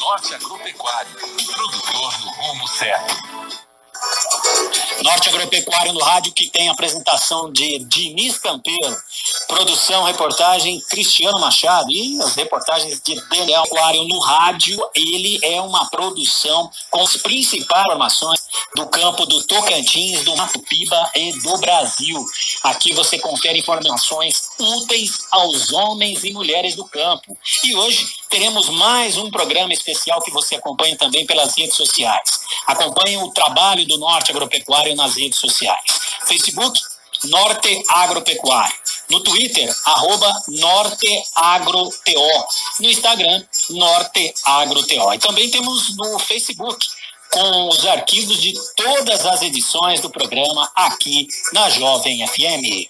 Norte Agropecuário, o produtor no rumo certo. Norte Agropecuário no rádio, que tem a apresentação de Diniz Campeiro, produção, reportagem Cristiano Machado e as reportagens de Daniel Aquário no rádio. Ele é uma produção com as principais informações do campo do Tocantins, do Mato Piba e do Brasil. Aqui você confere informações úteis aos homens e mulheres do campo. E hoje teremos mais um programa especial que você acompanha também pelas redes sociais. Acompanhe o trabalho do Norte Agropecuário nas redes sociais. Facebook, Norte Agropecuário. No Twitter, @NorteAgroTO. No Instagram, NorteAgroTO. E também temos no Facebook, com os arquivos de todas as edições do programa aqui na Jovem FM.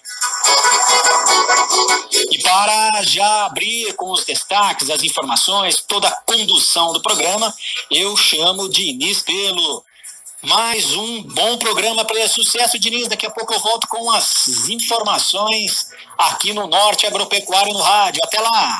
E para já abrir com os destaques, as informações, toda a condução do programa, eu chamo Diniz Pelo. Mais um bom programa para sucesso, Diniz. Daqui a pouco eu volto com as informações aqui no Norte Agropecuário no rádio. Até lá!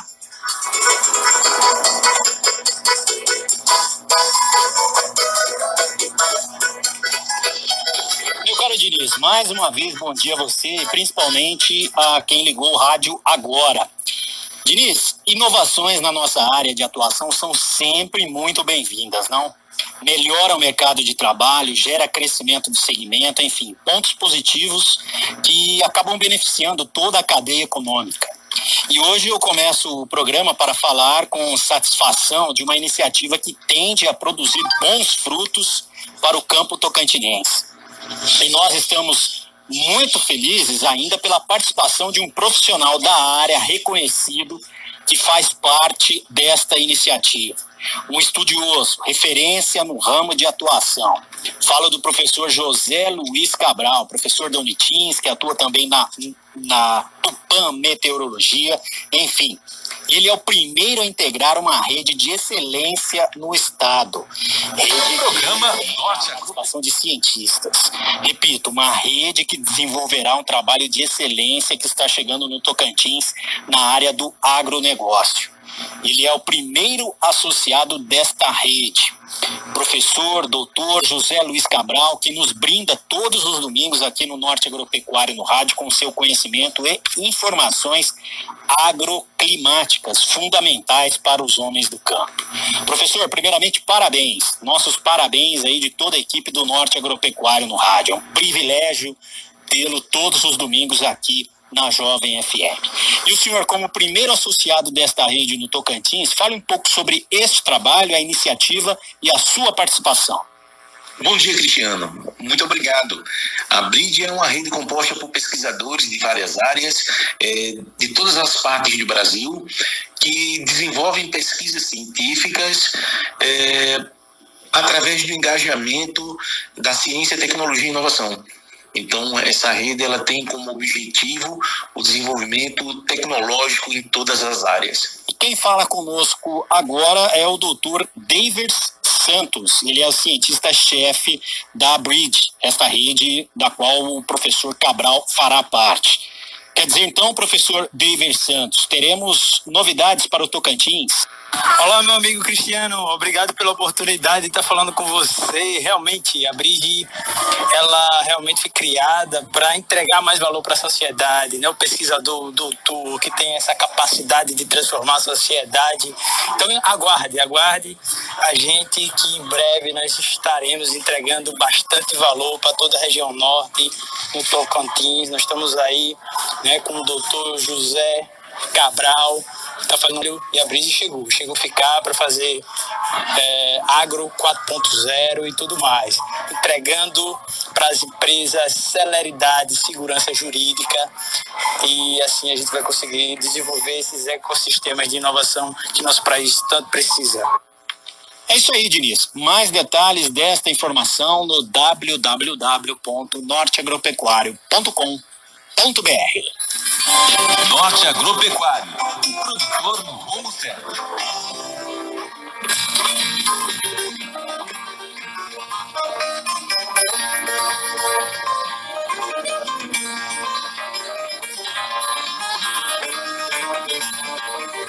Meu caro Diniz, mais uma vez, bom dia a você e principalmente a quem ligou o rádio agora. Diniz, inovações na nossa área de atuação são sempre muito bem-vindas, não? Melhora o mercado de trabalho, gera crescimento do segmento, enfim, pontos positivos que acabam beneficiando toda a cadeia econômica. E hoje eu começo o programa para falar com satisfação de uma iniciativa que tende a produzir bons frutos para o campo tocantinense. E nós estamos muito felizes ainda pela participação de um profissional da área reconhecido que faz parte desta iniciativa. Um estudioso, referência no ramo de atuação. Falo do professor José Luiz Cabral, professor da Unitins, que atua também na Tupã Meteorologia, enfim. Ele é o primeiro a integrar uma rede de excelência no estado. Programa Norte Participação de cientistas. Repito, uma rede que desenvolverá um trabalho de excelência que está chegando no Tocantins na área do agronegócio. Ele é o primeiro associado desta rede. Professor, doutor José Luiz Cabral, que nos brinda todos os domingos aqui no Norte Agropecuário no rádio com seu conhecimento e informações agroclimáticas fundamentais para os homens do campo. Professor, primeiramente, parabéns. Nossos parabéns aí de toda a equipe do Norte Agropecuário no rádio. É um privilégio tê-lo todos os domingos aqui na Jovem FM. E o senhor, como primeiro associado desta rede no Tocantins, fale um pouco sobre este trabalho, a iniciativa e a sua participação. Bom dia, Cristiano. Muito obrigado. A BRID é uma rede composta por pesquisadores de várias áreas, de todas as partes do Brasil, que desenvolvem pesquisas científicas através do engajamento da ciência, tecnologia e inovação. Então, essa rede ela tem como objetivo o desenvolvimento tecnológico em todas as áreas. Quem fala conosco agora é o Dr. David Santos. Ele é o cientista-chefe da BRID, esta rede da qual o professor Cabral fará parte. Quer dizer, então, professor David Santos, teremos novidades para o Tocantins? Olá, meu amigo Cristiano, obrigado pela oportunidade de estar falando com você. Realmente, a BRID, ela realmente foi criada para entregar mais valor para a sociedade, né? O pesquisador, o doutor, que tem essa capacidade de transformar a sociedade. Então, aguarde a gente, que em breve nós estaremos entregando bastante valor para toda a região norte, no Tocantins. Nós estamos aí, né, com o doutor José Cabral, está fazendo, e a BRID chegou ficar para fazer agro 4.0 e tudo mais, entregando para as empresas celeridade, segurança jurídica, e assim a gente vai conseguir desenvolver esses ecossistemas de inovação que nosso país tanto precisa. É isso aí, Diniz. Mais detalhes desta informação no www.norteagropecuario.com.br. Norte Agropecuário, o produtor no rumo certo.